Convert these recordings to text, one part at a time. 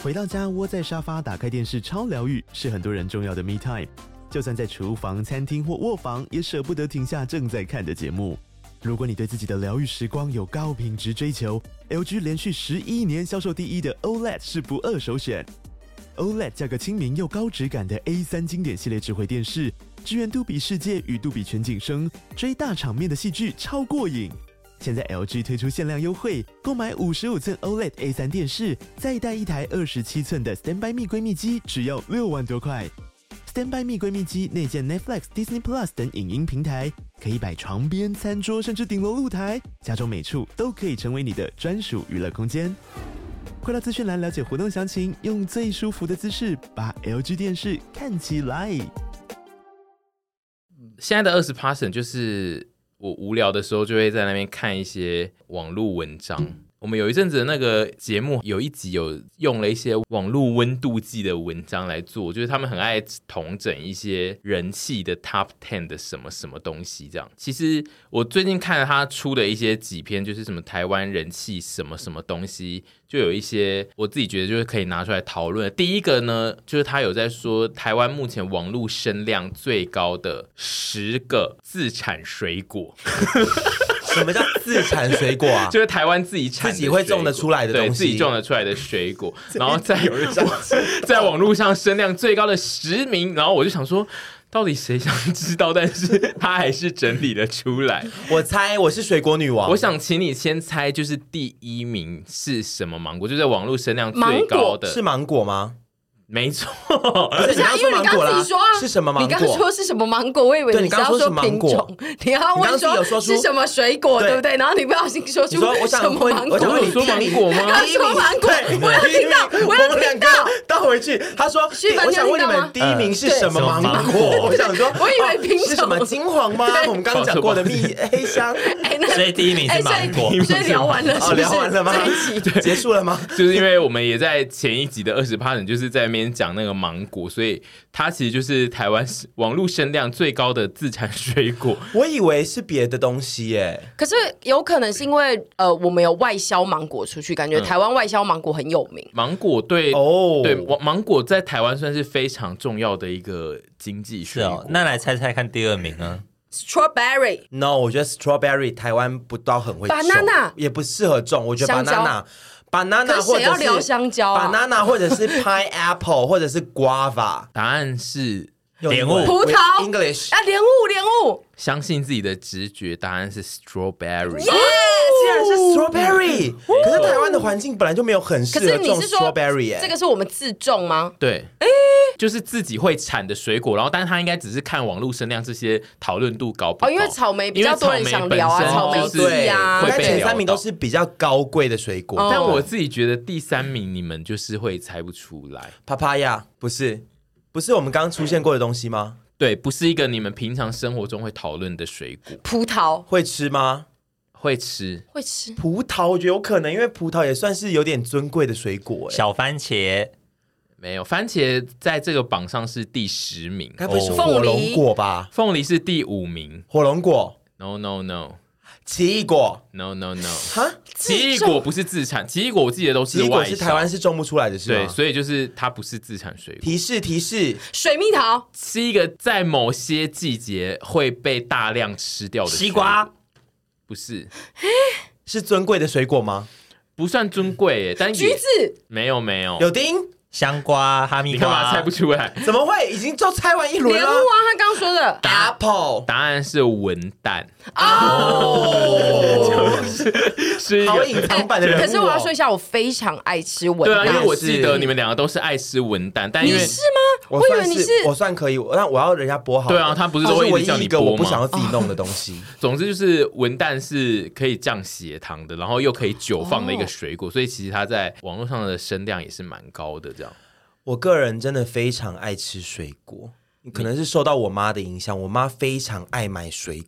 回到家窝在沙发打开电视超疗愈，是很多人重要的 me time。就算在厨房、餐厅或卧房，也舍不得停下正在看的节目。如果你对自己的疗愈时光有高品质追求， LG 连续11年销售第一的 OLED 是不二首选。OLED 价格亲民又高质感的 A3 经典系列智慧电视，支援杜比世界与杜比全景声，追大场面的戏剧超过瘾。现在 LG 推出限量优惠，购买55寸 OLED A3 电视，再带一台27寸的 Standby 蜜闺蜜机，只要6万多块。Standby 蜜闺蜜机内建 Netflix、Disney Plus 等影音平台，可以摆床边、餐桌，甚至顶楼露台，家中每处都可以成为你的专属娱乐空间。快到资讯栏了解活动详情，用最舒服的姿势把 LG 电视看起来。 现在的20% 就是我无聊的时候就会在那边看一些网络文章。我们有一阵子的那个节目有一集有用了一些网络温度计的文章来做，就是他们很爱统整一些人气的 Top 10的什么什么东西这样。其实我最近看了他出的一些几篇，就是什么台湾人气什么什么东西，就有一些我自己觉得就是可以拿出来讨论。第一个呢，就是他有在说台湾目前网络声量最高的10个自产水果。 什么叫自产水果啊？ 就是台湾自己产的水果， 自己会种得出来的东西， 对，自己种得出来的水果，然后在网络上声量最高的10名，然后我就想说，到底谁想知道？但是他还是整理了出来。 我猜我是水果女王， 我想请你先猜，就是第1名是什么芒果？就在网络声量最高的是芒果吗？ 没错， 不是，因为你刚刚自己说啊， 是什么芒果？ 你刚刚说是什么芒果？我以为你是要说品种，你要问说是什么水果，对不对？然后你不小心说出什么芒果？ 我有说芒果吗？ 你说芒果，我有听到，我有听到。 倒回去，他说：“我想问你们，第1名是什么芒果？”我想说， 我以为品种是什么金黄吗？我们刚刚讲过的黑香， 所以第1名是芒果。 所以聊完了， 哦，聊完了吗？结束了吗？ 就是因为我们也在前一集的20%，就是在那边讲那个芒果，所以它其实就是台湾网络声量最高的自产水果。 我以为是别的东西耶， 可是有可能是因为我们有外销芒果出去，感觉台湾外销芒果很有名。 芒果对哦， 对，芒果在台湾算是非常重要的一个经济水果。 是哦，那来猜猜看第2名呢 ？Strawberry No， 我觉得 Strawberry 台湾不到很会种 ，Banana 也不适合种，我觉得 Banana 或者是谁要聊香蕉啊 Banana 或者是 Pineapple 或者是 Guava， 答案是莲雾， 葡萄 English 啊，莲雾， 相信自己的直觉，答案是 Strawberry。 竟然是 Strawberry， 可是台湾的环境本来就没有很适合种 Strawberry 耶。 这个是我们自种吗？ 对，就是自己会产的水果，然后但是他应该只是看网络声量这些讨论度高不高？ 因为草莓比较多人想聊啊，草莓季啊， 应该前3名都是比较高贵的水果。 但我自己觉得第3名你们就是会猜不出来。 Papaya 不是我们刚刚出现过的东西吗？ 对，不是一个你们平常生活中会讨论的水果。 葡萄会吃吗？ 会吃葡萄，我觉得有可能，因为葡萄也算是有点尊贵的水果。 小番茄没有，番茄在这个榜上是第10名。 该不会是火龙果吧？ 凤梨是第5名。 火龙果 No。 奇异果 No。 哈， 奇异果不是自产，奇异果我记得都是外销。 奇异果是台湾是种不出来的，是吗？ 对，所以就是它不是自产水果。 提示， 水蜜桃是一个在某些季节会被大量吃掉的水果。 西瓜不是， 是尊贵的水果吗？ 不算尊贵耶，但橘子没有柳丁。 香瓜、哈密瓜， 你干嘛猜不出来？ 怎么会？已经就猜完一轮了。 莲雾啊，他刚刚说的 Apple， 答案是文旦。 是一个好隐藏版的人物。 可是我要说一下，我非常爱吃文旦。 对啊，因为我记得你们2个都是爱吃文旦，但因为你是吗？我以为你是， 我算可以，但我要人家剥好。 对啊，他不是说唯一叫你剥吗？ 我不想要自己弄的东西。 总之就是文旦是可以降血糖的，然后又可以久放的一个水果，所以其实它在网络上的声量也是蛮高的。这样， 我个人真的非常爱吃水果。可能是受到我妈的影响，我妈非常爱买水果。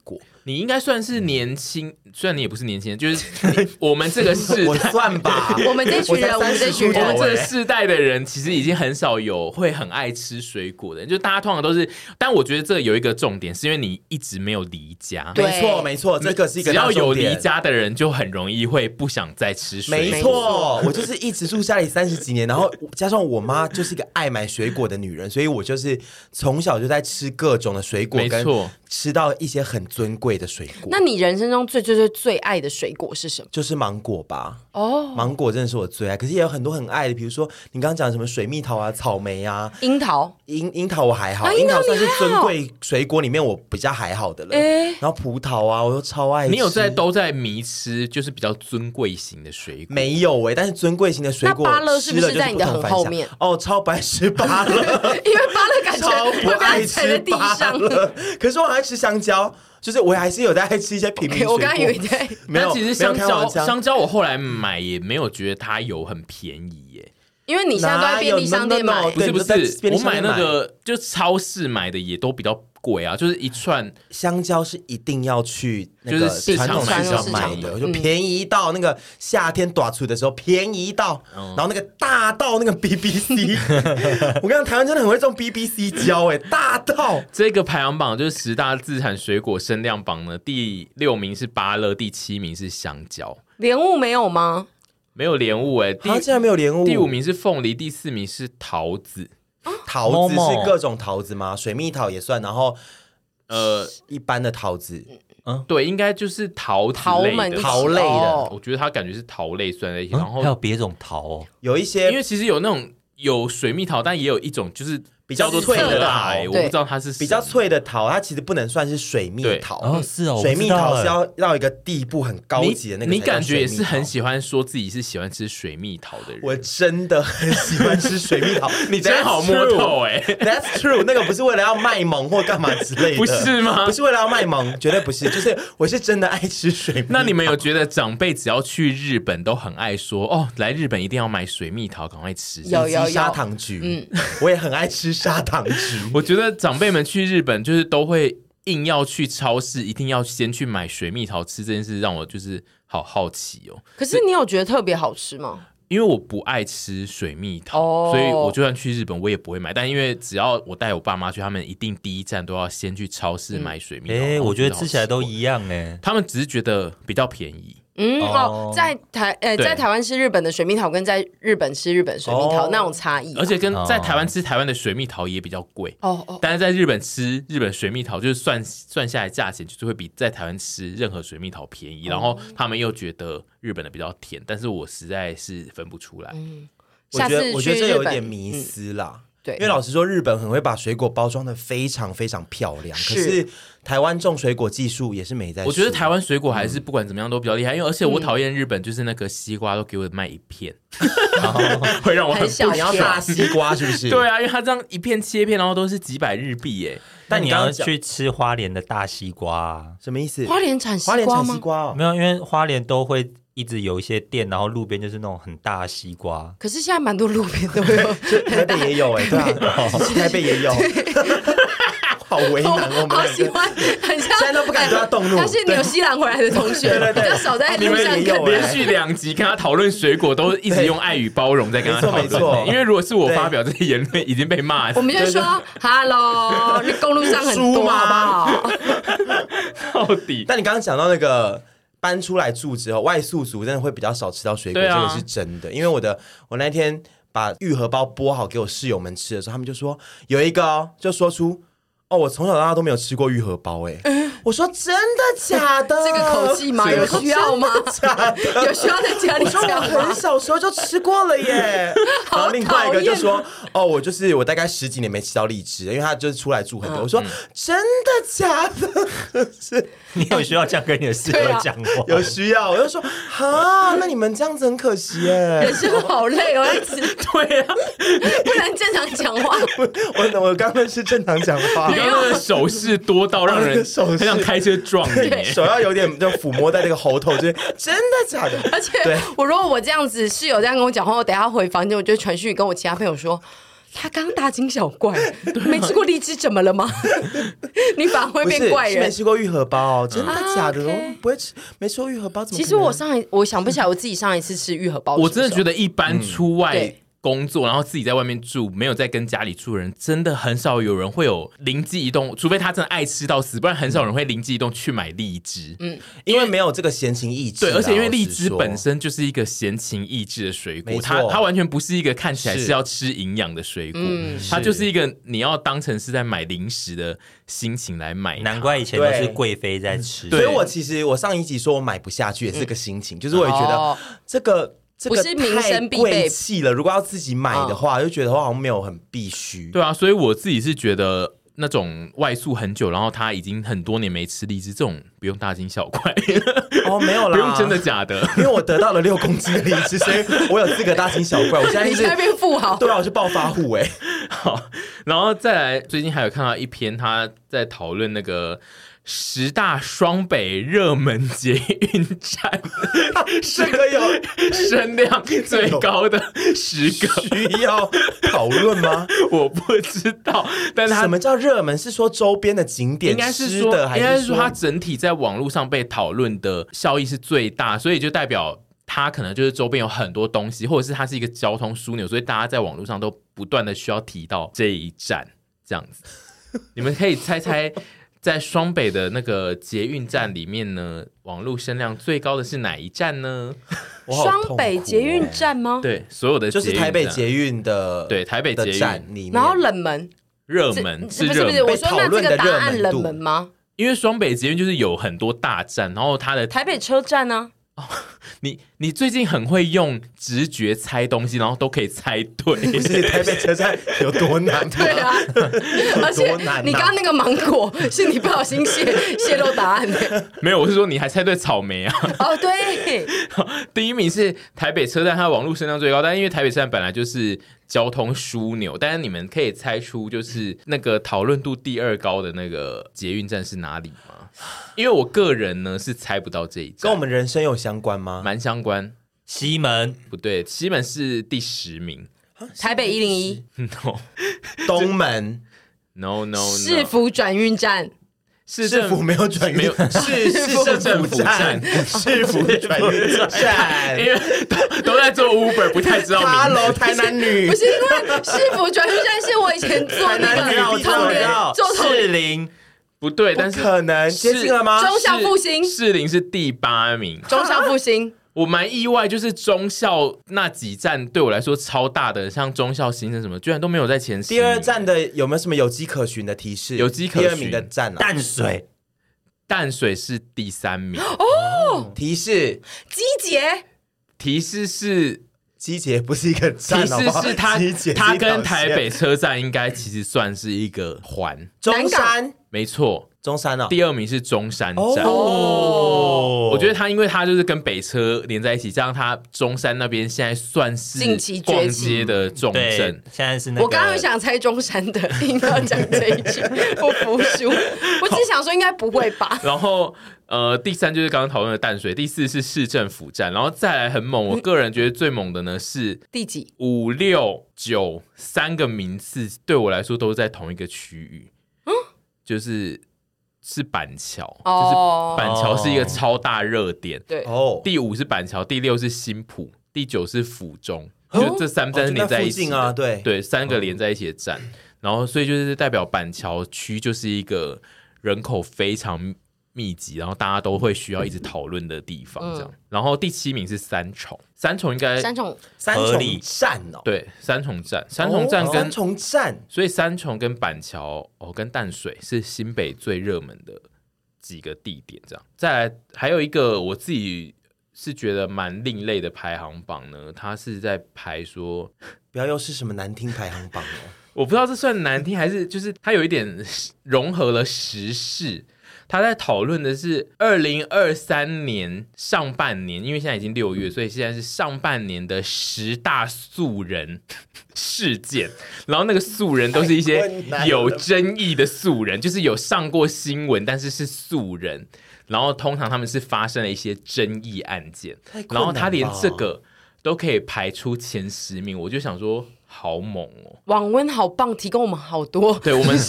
你应该算是年轻，虽然你也不是年轻人，就是我们这个世代， 我算吧， 我们这群人，我们这个世代的人，其实已经很少有会很爱吃水果的人，就大家通常都是。但我觉得这有一个重点，是因为你一直没有离家。 没错，这个是一个只要有离家的人，就很容易会不想再吃水果。 没错，我就是一直住家里30几年，然后加上我妈就是一个爱买水果的女人，所以我就是从小就在吃各种的水果，跟吃到一些很尊贵的水果。 那你人生中最爱的水果是什么？ 就是芒果吧。 芒果真的是我最爱，可是也有很多很爱的，比如说你刚刚讲什么水蜜桃啊、草莓啊、 樱桃。 樱桃我还好，樱桃算是尊贵水果里面我比较还好的了。然后葡萄啊，我都超爱吃。 你有都在迷吃，就是比较尊贵型的水果？ 没有但是尊贵型的水果， 那芭乐是不是在你的很后面？ 超不爱吃芭乐， 因为芭乐感觉超不爱吃芭乐。可是我爱吃香蕉。就是我还是有在爱吃一些平民水果。 我刚刚以为在没有， 其实香蕉我后来买也没有觉得它有很便宜耶， 因为你现在都在便利商店买， 不是，我买那个就超市买的也都比较贵啊，就是一串香蕉是一定要去那个传统市场买的，就便宜到那个夏天大出的时候便宜到，然后那个大到那个 BBC， 我跟你讲，台湾真的很会种 BBC 蕉大到这个排行榜就是10大自产水果声量榜呢，第6名是芭乐，第7名是香蕉。 莲雾没有吗？ 没有莲雾它竟然没有莲雾。 第5名是凤梨，第4名是桃子。 桃子是各种桃子吗？水蜜桃也算，然后一般的桃子， 对，应该就是桃类的。我觉得它感觉是桃类算在一起，然后还有别种桃有一些， 因为其实有那种有水蜜桃，但也有一种就是比较脆的桃， 我不知道它是比较脆的桃，它其实不能算是水蜜桃。 是哦， 水蜜桃是要到一个地步很高级的那个。 你感觉也是很喜欢说自己是喜欢吃水蜜桃的人。 我真的很喜欢吃水蜜桃， 你真好摸透 That's true， 那个不是为了要卖萌或干嘛之类的， 不是吗？ 不是为了要卖萌，绝对不是，就是我是真的爱吃水蜜桃。 那你们有觉得长辈只要去日本都很爱说来日本一定要买水蜜桃，赶快吃？ 有砂糖橘，我也很爱吃砂糖橘。 我觉得长辈们去日本就是都会硬要去超市，一定要先去买水蜜桃吃，这件事让我就是好好奇哦。 可是你有觉得特别好吃吗？ 因为我不爱吃水蜜桃，所以我就算去日本我也不会买。但因为只要我带我爸妈去，他们一定第一站都要先去超市买水蜜桃。 我觉得吃起来都一样他们只是觉得比较便宜。 在台湾吃日本的水蜜桃跟在日本吃日本水蜜桃那种差异， 而且跟在台湾吃台湾的水蜜桃也比较贵但是在日本吃日本水蜜桃就是算下来价钱就是会比在台湾吃任何水蜜桃便宜，然后他们又觉得日本的比较甜，但是我实在是分不出来。 我觉得这有一点迷思啦。对，因为老实说，日本很会把水果包装的非常非常漂亮，可是台湾种水果技术也是没在。 我觉得台湾水果还是不管怎么样都比较厉害，因为而且我讨厌日本就是那个西瓜都给我卖一片，会让我很小。 你要大西瓜是不是？ 对啊，因为它这样一片切片，然后都是几百日币耶。 但你要去吃花莲的大西瓜什么意思？ 花莲产西瓜吗？ 没有，因为花莲都会一直有一些店，然后路边就是那种很大的西瓜。 可是现在蛮多路边都有， 台北也有对啊，台北也有。好为难我们， 好喜欢，很像现在都不敢对他动怒。 他是纽西兰回来的同学，比较少在路上看。 连续2集跟他讨论水果，都一直用爱与包容在跟他讨论。因为如果是我发表这些言论，已经被骂。 我们就说 ，Hello， 你公路上很多好不好？ 到底？ 但你刚刚讲到那个。搬出来住之后，外宿族真的会比较少吃到水果，这个是真的。因为我那天把玉荷包剥好给我室友们吃的时候，他们就说有一个就说出我从小到大都没有吃过玉荷包我说真的假的？ 这个口气吗？有需要吗？ 假的？ 有需要在家里讲吗？ 我说我很小时候就吃过了耶。然后另外一个就说我大概10几年没吃到荔枝，因为他就是出来住很久。我说真的假的？是你有需要这样跟你的室友讲话？ 有需要，我就说那你们这样子很可惜耶。 人生好累一直对啊， 不能正常讲话。 我刚刚是正常讲话。 你刚刚的手势多到让人很想开车撞你， 手要有点就抚摸在这个喉头，就是真的假的？ 而且如果我这样子室友这样跟我讲话，我等一下回房间我就传讯跟我其他朋友说。 他刚大惊小怪，没吃过荔枝怎么了吗？你反而会变怪人。 没吃过玉荷包真的假的？不会吃，没吃过玉荷包怎么？ 其实我想不起来我自己上一次吃玉荷包。 我真的觉得一般出外工作，然后自己在外面住，没有在跟家里住的人，真的很少有人会有灵机一动，除非他真的爱吃到死，不然很少人会灵机一动去买荔枝。 因为没有这个闲情逸致。 对，而且因为荔枝本身就是一个闲情逸致的水果，它完全不是一个看起来是要吃营养的水果，它就是一个你要当成是在买零食的心情来买。 难怪以前都是贵妃在吃。 所以我上一集说我买不下去，也是个心情，就是我也觉得这个不是民生必备气了，如果要自己买的话，就觉得好像没有很必须。 对啊，所以我自己是觉得那种外宿很久，然后他已经很多年没吃荔枝，这种不用大惊小怪。 没有啦， 不用真的假的， 因为我得到了6公斤的荔枝，所以我有资格大惊小怪。我现在你现在变富豪， 对啊，我是暴发户好，然后再来，最近还有看到一篇他在讨论那个10大双北热门捷运站， 这个有声量最高的10个， 需要讨论吗？ 我不知道，但是什么叫热门？是说周边的景点应该是吃的，还是说它整体在网络上被讨论的效益是最大，所以就代表它可能就是周边有很多东西，或者是它是一个交通枢纽，所以大家在网络上都不断的需要提到这一站，这样子。你们可以猜猜。在双北的那个捷运站里面呢，网络声量最高的是哪一站呢？ 双北捷运站吗？ 对，所有的捷运站就是台北捷运的， 对，台北捷运站里面， 然后冷门、 热门是热门。我说那这个答案冷门吗？ 因为双北捷运就是有很多大站，然后它的台北车站呢？ 你最近很会用直觉猜东西，然后都可以猜对。 不是台北车站有多难？ 对啊，而且你刚刚那个芒果是你不小心泄露答案的。 没有，我是说你还猜对草莓啊。 哦，对。 第一名是台北车站，它网络声量最高，但因为台北车站本来就是交通枢纽，但是你们可以猜出就是那个讨论度第2高的那个捷运站是哪里吗？因为我个人呢是猜不到这一站， 跟我们人生有相关吗？ 蛮相关。 西门不对，西门是第10名。 台北101 No， 东门 No， 市府转运站。 市府没有转运， 是市政府站， 市府转运站， 因为都在做 Uber， 不太知道名字。 Hello， 台南女， 不是因为市府转运站是我以前做那个童年做士林。 不对，但是可能接近了吗？ 忠孝复兴， 士林是第8名。 忠孝复兴， 我蛮意外，就是忠孝那几站对我来说超大的，像忠孝新生什么，居然都没有在前10名。 第2站的有没有什么有迹可循的提示？ 有迹可循。 第2名的站淡水是第3名。 哦， 提示机捷， 提示是。 机捷不是一个站， 提示是它跟台北车站应该其实算是一个环。 中山， 没错， 中山第2名是中山站。我觉得它因为它就是跟北车连在一起，这样它中山那边现在算是逛街的重镇。 现在是那个。 我刚刚想猜中山的，硬要讲这一句，我服输。我只想说应该不会吧。 然后第3就是刚刚讨论的淡水，第4是市政府站，然后再来很猛。我个人觉得最猛的呢是第几 5、6、9 3个名次，对我来说都是在同一个区域，是板桥，就是板桥是一个超大热点。 对， 第5是板桥，第6是新埔，第9是府中，就这3站是连在一起啊，对 ，3个连在一起的站。然后所以就是代表板桥区就是一个人口非常密集，然后大家都会需要一直讨论的地方，这样。然后第7名是三重应该三重站哦， 对，三重站跟三重站， 所以三重跟板桥跟淡水是新北最热门的几个地点，这样。再来还有一个我自己是觉得蛮另类的排行榜呢，它是在排说， 不要又是什么难听排行榜哦。 我不知道这算难听还是就是它有一点融合了时事。他在讨论的是2023年上半年，因为现在已经6月，所以现在是上半年的10大素人事件。然后那个素人都是一些有争议的素人，就是有上过新闻，但是是素人。然后通常他们是发生了一些争议案件，然后他连这个都可以排出前10名，我就想说好猛哦！ 网温好棒，提供我们好多。 对我们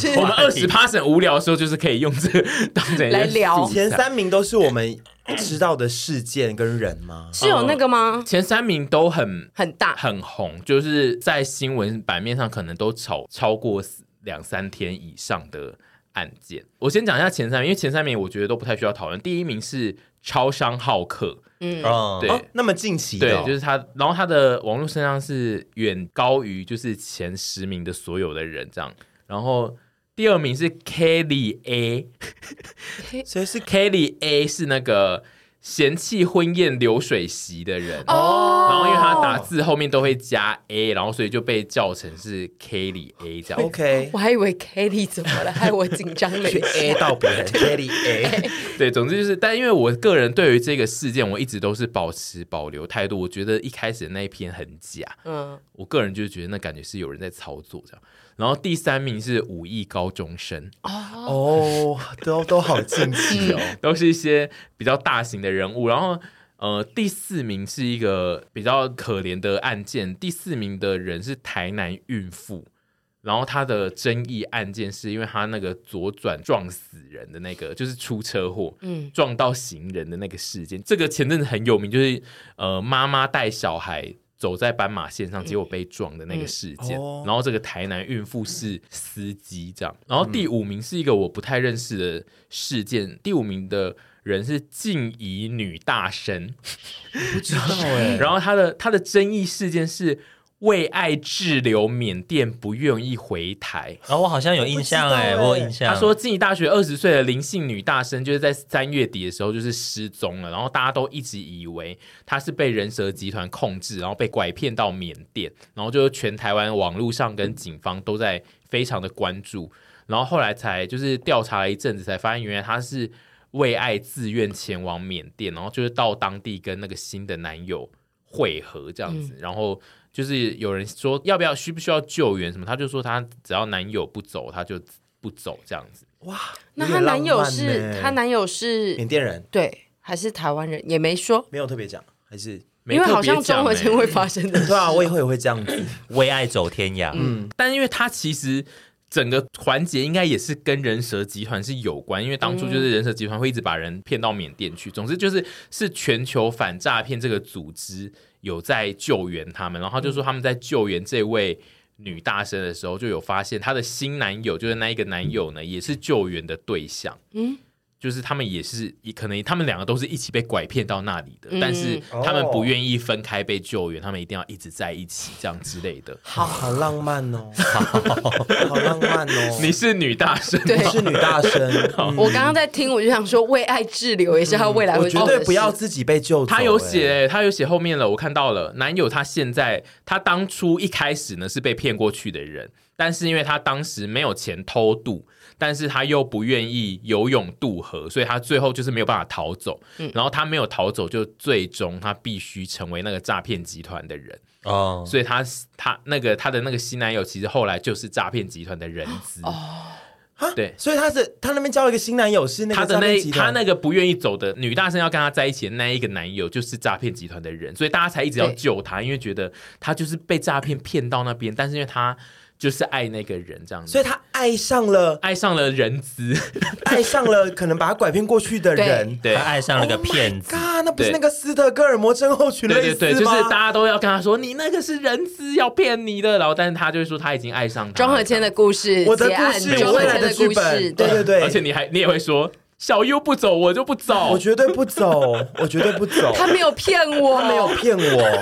20% 无聊的时候，就是可以用这个当成来聊。 前3名都是我们知道的事件跟人吗？ 是有那个吗？ 前3名都很大很红，就是在新闻版面上可能都超过2-3天以上的案件。我先讲一下前3名，因为前3名我觉得都不太需要讨论。第1名是超商浩克。对那么近期的对，就是他，然后他的网络声量是远高于就是前10名的所有的人这样。然后第2名是 Kelly A， 谁是 Kelly A 是那个嫌弃婚宴流水席的人然后因为他打字后面都会加 A， 然后所以就被叫成是 Kelly A 这样。 OK， 我还以为 Kelly 怎么了，害我紧张了。 去 A 到别人 Kelly A， 对，总之就是，但因为我个人对于这个事件，我一直都是保持保留态度。我觉得一开始的那一篇很假，我个人就是觉得那感觉是有人在操作这样。然后第3名是5亿高中生都好近期哦， 都是一些比较大型的人物。然后第4名是一个比较可怜的案件，第4名的人是台南孕妇。然后他的争议案件是因为他那个左转撞死人的那个，就是出车祸，撞到行人的那个事件。这个前阵子很有名，就是妈妈带小孩走在斑马线上，结果被撞的那个事件。然后这个台南孕妇是司机这样。然后第5名是一个我不太认识的事件，第5名的人是静怡女大生， 不知道哎。 然后他的争议事件是为爱滞留缅甸不愿意回台。 我好像有印象我有印象。 他说静宜大学20岁的林姓女大生就是在3月底的时候就是失踪了，然后大家都一直以为她是被人蛇集团控制，然后被拐骗到缅甸，然后就是全台湾网络上跟警方都在非常的关注，然后后来才就是调查了一阵子才发现原来她是为爱自愿前往缅甸，然后就是到当地跟那个新的男友会合这样子，然后就是有人说需不需要救援什么，他就说他只要男友不走他就不走这样子。 哇， 那她男友是缅甸人， 对，还是台湾人？也没说， 没有特别讲，还是因为好像综合性会发生的。 对啊，我也会这样子， 为爱走天涯。 但因为他其实整个环节应该也是跟人蛇集团是有关，因为当初就是人蛇集团会一直把人骗到缅甸去。总之是全球反诈骗这个组织有在救援他们，然后他就说他们在救援这位女大生的时候，就有发现她的新男友，就是那一个男友呢，也是救援的对象。就是他们也是可能他们2个都是一起被拐骗到那里的，但是他们不愿意分开被救援，他们一定要一直在一起这样之类的。 好浪漫哦，好浪漫哦。 你是女大生， 对， 是女大生。 我刚刚在听，我就想说，为爱滞留也是他未来会做的事。 我绝对不要自己被救走。 他有写后面了，我看到了。男友他当初一开始呢是被骗过去的人，但是因为他当时没有钱偷渡，但是他又不愿意游泳渡河，所以他最后就是没有办法逃走。然后他没有逃走，就最终他必须成为那个诈骗集团的人。所以他的那个新男友其实后来就是诈骗集团的人资。对， 所以他那边交了一个新男友是那个诈骗集团， 他那个不愿意走的女大生要跟他在一起的那一个男友就是诈骗集团的人，所以大家才一直要救他，因为觉得他就是被诈骗到那边，但是因为他就是爱那个人这样子， 所以他爱上了人资， 爱上了可能把他拐骗过去的人， 对，他爱上了个骗子。 那不是那个斯德哥尔摩症候群类似吗？ 对，就是大家都要跟他说你那个是人资要骗你的，然后但是他就会说他已经爱上他。 庄和谦的故事， 我的故事，我未来的剧本，对， 而且你也会说小 U 不走我就不走， 我绝对不走，我绝对不走。 他没有骗我， 他没有骗我。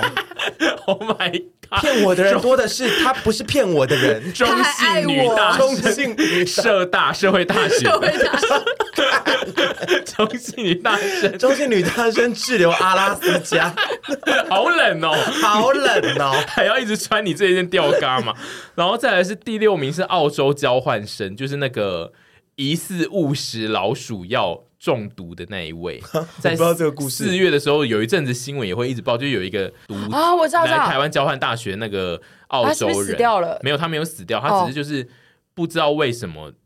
Oh my god！ 骗我的人多的是，他不是骗我的人。 中性女大生，社会大学，中性女大生， 中性女大生滞留阿拉斯加， 好冷哦， 好冷哦， 还要一直穿你这一件吊嘎嘛。然后再来是第6名是澳洲交换生，就是那个疑似误食老鼠药中毒的那一位。在4月的时候，有一阵子新闻也会一直报，就有一个我知道来台湾交换大学那个澳洲人， 他是不是死掉了？ 没有，他没有死掉，他只是就是不知道为什么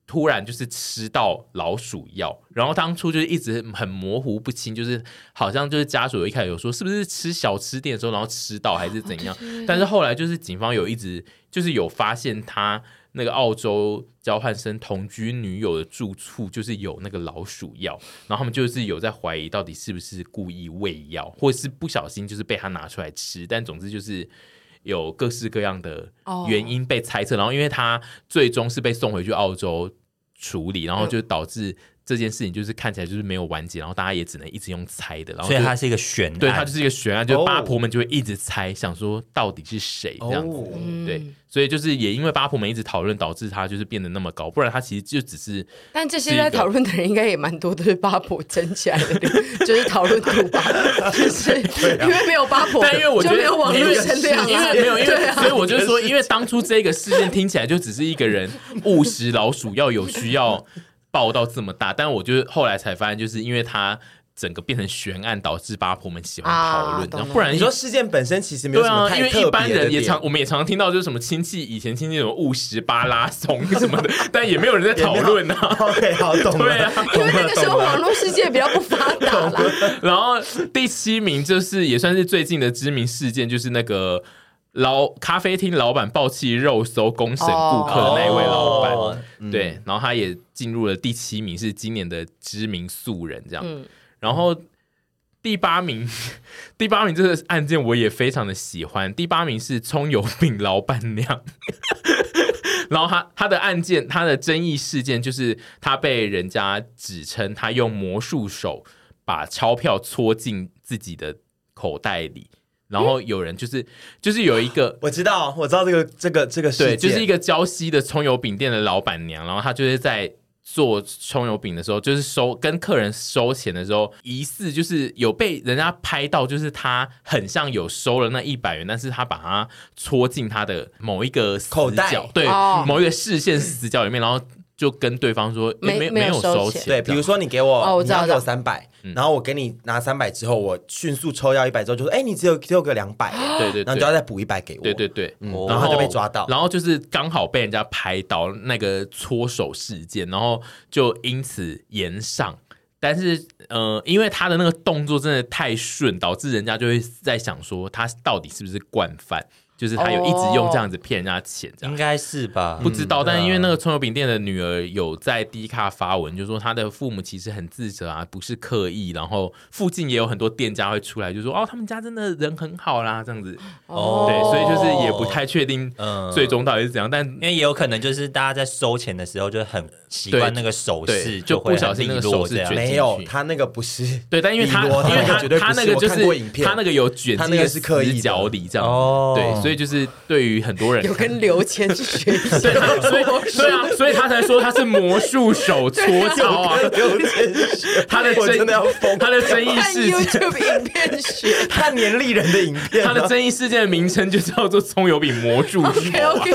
突然就是吃到老鼠药，然后当初就是一直很模糊不清，就是好像就是家属一开始有说是不是吃小吃店的时候然后吃到还是怎样，但是后来就是警方有一直就是有发现他那个澳洲交换生同居女友的住处就是有那个老鼠药，然后他们就是有在怀疑到底是不是故意喂药，或者是不小心就是被他拿出来吃，但总之就是有各式各样的原因被猜测，然后因为他最终是被送回去澳洲处理，然后就导致这件事情就是看起来就是没有完结，然后大家也只能一直用猜的，然后所以它是一个悬案， 对，它就是一个悬案，就是八婆们就会一直猜，想说到底是谁这样子，对，所以就是也因为八婆们一直讨论，导致它就是变得那么高，不然它其实就只是。 但这些在讨论的人应该也蛮多，都是八婆争起来的，就是讨论度吧，就是因为没有八婆， 但因为我觉得就没有网络声量， 因为没有，因为所以我就说，因为当初这个事件听起来就只是一个人误食老鼠药有需要。爆到这么大，但我就后来才发现，就是因为它整个变成悬案，导致八婆们喜欢讨论，不然你说事件本身其实没有什么太特别的点， 因为一般人也我们也常听到就是什么以前亲戚什么误食巴拉松什么的，但也没有人在讨论啊。 OK， 好懂了。 对啊， 因为那个时候网络世界比较不发达啦。 然后第7名就是也算是最近的知名事件，就是那个。咖啡厅老板爆气肉搜公审顾客的那一位老板，对，然后他也进入了第7名，是今年的知名素人这样。然后第8名这个案件我也非常的喜欢。第8名是葱油饼老板娘，然后他的案件，他的争议事件就是他被人家指称他用魔术手把钞票戳进自己的口袋里。然后有人就是有一个我知道这个事件， 对，就是一个礁溪的葱油饼店的老板娘，然后她就是在做葱油饼的时候，就是跟客人收钱的时候，疑似就是有被人家拍到，就是她很像有收了那100元，但是她把它戳进她的某一个口袋， 对，某一个视线死角里面，然后就跟对方说没有收钱， 对，比如说你给我，你要给我300。然后我给你拿300之后，我迅速抽要100之后，就说：“你只有个200， 对， 然后你就要再补100给我。” 对， 然后他就被抓到， 然后就是刚好被人家拍到那个搓手事件，然后就因此延上。但是因为他的那个动作真的太顺，导致人家就会在想说他到底是不是惯犯。就是他有一直用这样子骗人家钱，这样应该是吧？ 不知道，但是因为那个葱油饼店的女儿有在 Dcard 发文，就说她的父母其实很自责啊，不是刻意，然后附近也有很多店家会出来就说他们家真的人很好啦，这样子。对，所以就是也不太确定最终到底是怎样，但因为也有可能就是大家在收钱的时候就很习惯那个手势， 就不小心那个手势卷进去。 没有，他那个不是对，但因为他那个就是他那个有卷进个死角里这样，对。所以就是对于很多人有跟刘谦去学习， 对啊，所以他才说他是魔术手搓澡啊。他的争议事件， YouTube 影片学看年历人的影片， 他的争议事件的名称就叫做葱油饼魔术手。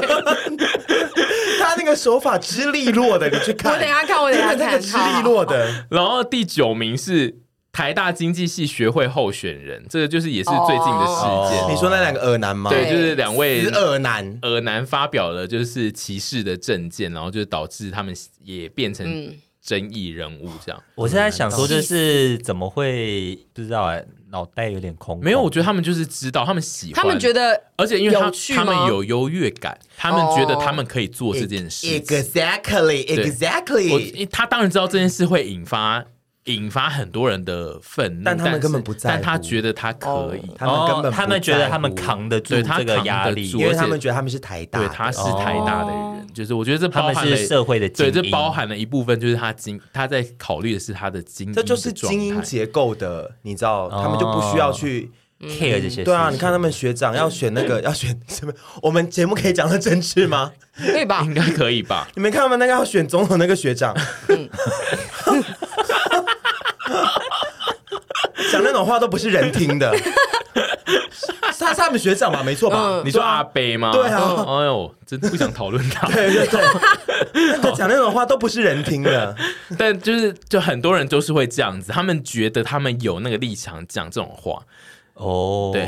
他那个手法之利落的，你去看。 我等一下看， 那个之利落的。 然后第9名是。台大经济系学会候选人，这个就是也是最近的事件。 你说那2个耳男吗？ 对，就是2位耳男发表了就是歧视的政见，然后就导致他们也变成争议人物这样。 我现在想说，就是怎么会不知道脑袋有点空。 没有，我觉得他们就是知道，他们喜欢，他们觉得， 而且因为他们有优越感，他们觉得他们可以做这件事。 Exactly。 他当然知道这件事会引发很多人的愤怒， 但他们根本不在乎， 但他觉得他可以， 他们觉得他们扛得住这个压力， 因为他们觉得他们是台大， 对，他是台大的人，就是我觉得这包含了他们是社会的精英， 对，这包含了一部分，就是他在考虑的是他的精英， 这就是精英结构的，你知道，他们就不需要去 care 这些事情。 对啊，你看他们学长要选那个要选什么？我们节目可以讲到政治吗？ 可以吧？ 应该可以吧？ 你们看他们那个要选总统那个学长。讲那种话都不是人听的，他是他们学长吧？没错吧？ 你说阿北吗？ 对啊， 哎呦，真不想讨论他。 对，讲那种话都不是人听的。 但就很多人都是会这样子，他们觉得他们有那个立场讲这种话。对。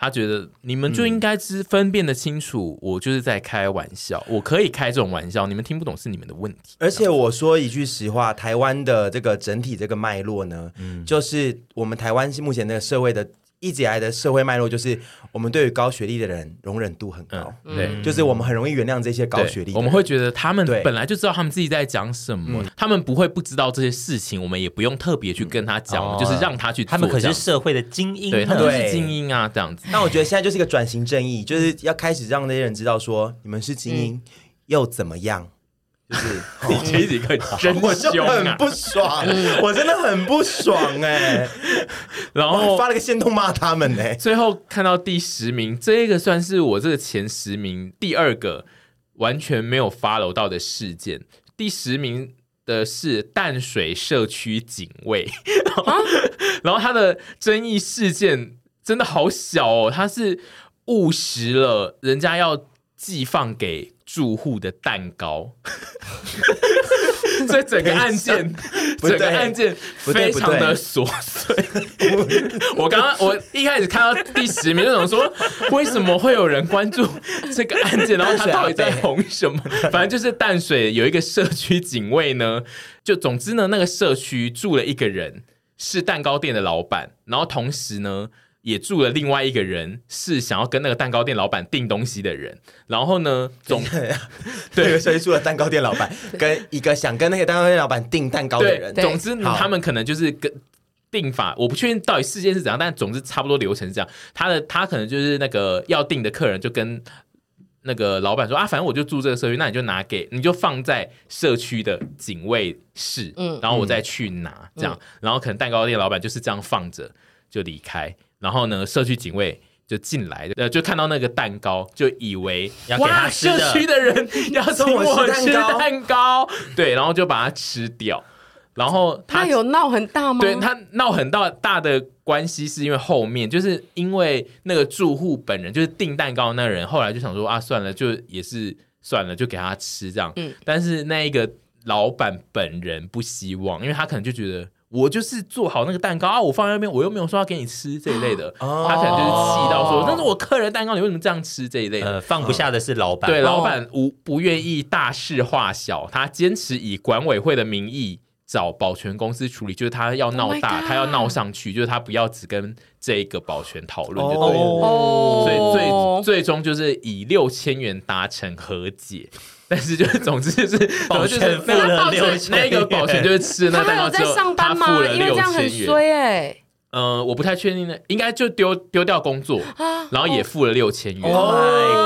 他觉得你们就应该分辨得清楚，我就是在开玩笑，我可以开这种玩笑，你们听不懂是你们的问题。 而且我说一句实话，台湾的这个整体这个脉络呢，就是我们台湾目前的社会的一直以来的社会脉络，就是我们对于高学历的人容忍度很高， 对， 就是我们很容易原谅这些高学历的人， 我们会觉得他们本来就知道他们自己在讲什么，他们不会不知道这些事情，我们也不用特别去跟他讲，就是让他去做。 他们可是社会的精英， 对，他们是精英啊，这样子。 那我觉得现在就是一个转型正义，就是要开始让那些人知道说，你们是精英又怎么样？就是你这几个真我就很不爽，我真的很不爽然后发了个限动骂他们最后看到第10名，这个算是我这个前10名第2个完全没有 follow 到的事件。第10名的是淡水社区警卫，然后他的争议事件真的好小哦，他是误食了人家要寄放给住户的蛋糕，所以整个案件非常的琐碎。我一开始看到第10名就想说，为什么会有人关注这个案件？然后他到底在红什么？反正就是淡水有一个社区警卫呢，就总之呢，那个社区住了一个人是蛋糕店的老板，然后同时呢也住了另外一个人是想要跟那个蛋糕店老板订东西的人，然后呢对，所以住了蛋糕店老板跟一个想跟那个蛋糕店老板订蛋糕的人， 总之他们可能就是跟订法，我不确定到底事件是怎样，但总之差不多流程是这样。他可能就是那个要订的客人就跟那个老板说啊，反正我就住这个社区，那你就放在社区的警卫室，然后我再去拿这样，然后可能蛋糕店老板就是这样放着就离开。然后呢，社区警卫就进来，就看到那个蛋糕，就以为要给他吃的， 社区的人要请我吃蛋糕，对，然后就把它吃掉。然后他有闹很大吗？ 对，他闹很大的关系是因为后面就是因为那个住户本人就是订蛋糕的那个人，后来就想说啊，算了，就也是算了，就给他吃这样。但是那一个老板本人不希望，因为他可能就觉得。我就是做好那个蛋糕啊，我放在那边，我又没有说要给你吃这一类的，他可能就是气到说，那是我客人的蛋糕，你为什么这样吃这一类的？ 放不下的是老板， 对，老板不愿意大事化小，他坚持以管委会的名义找保全公司处理，就是他要闹大，他要闹上去，就是他不要只跟这一个保全讨论就对了，所以最终就是以6000元达成和解。但是就是总之就是保全付了6000元， 那个保全就是吃那蛋糕之后，他付了6000元， 因为这样很衰我不太确定呢，应该就丢掉工作，然后也付了6000元。 Oh my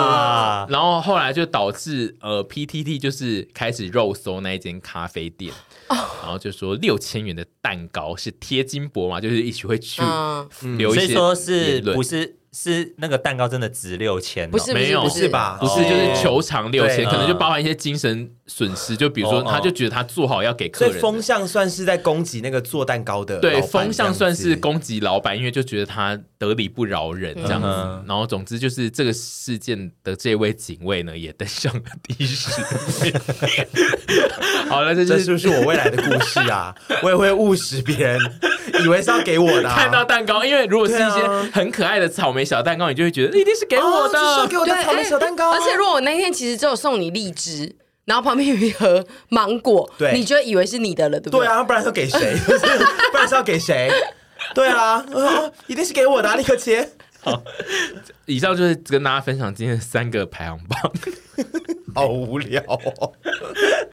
god！ 然后后来就导致PTT 就是开始肉搜那一间咖啡店，然后就说6000元的蛋糕是贴金箔嘛，就是一起会去留一些言论， 所以说不是那个蛋糕真的值6000？ 不是， 没有， 不是吧？ 不是，就是求偿6000，可能就包含一些精神损失，就比如说，他就觉得他做好要给客人， 所以风向算是在攻击那个做蛋糕的， 对，风向算是攻击老板，因为就觉得他得理不饶人这样子。然后总之就是这个事件的这位警卫呢，也登上了第10名。好了， 这是不是我未来的故事啊？我也会误使别人以为是要给我的， 看到蛋糕，因为如果是一些很可爱的草莓小蛋糕，你就会觉得一定是给我的， 是给我的草莓小蛋糕。 而且如果我那天其实只有送你荔枝，然后旁边有一盒芒果，你就会以为是你的了，对不对？ 对啊，不然是给谁？不然是要给谁？对啊，一定是给我的，立刻切。 好，以上就是跟大家分享今天的3个排行榜。 好无聊哦。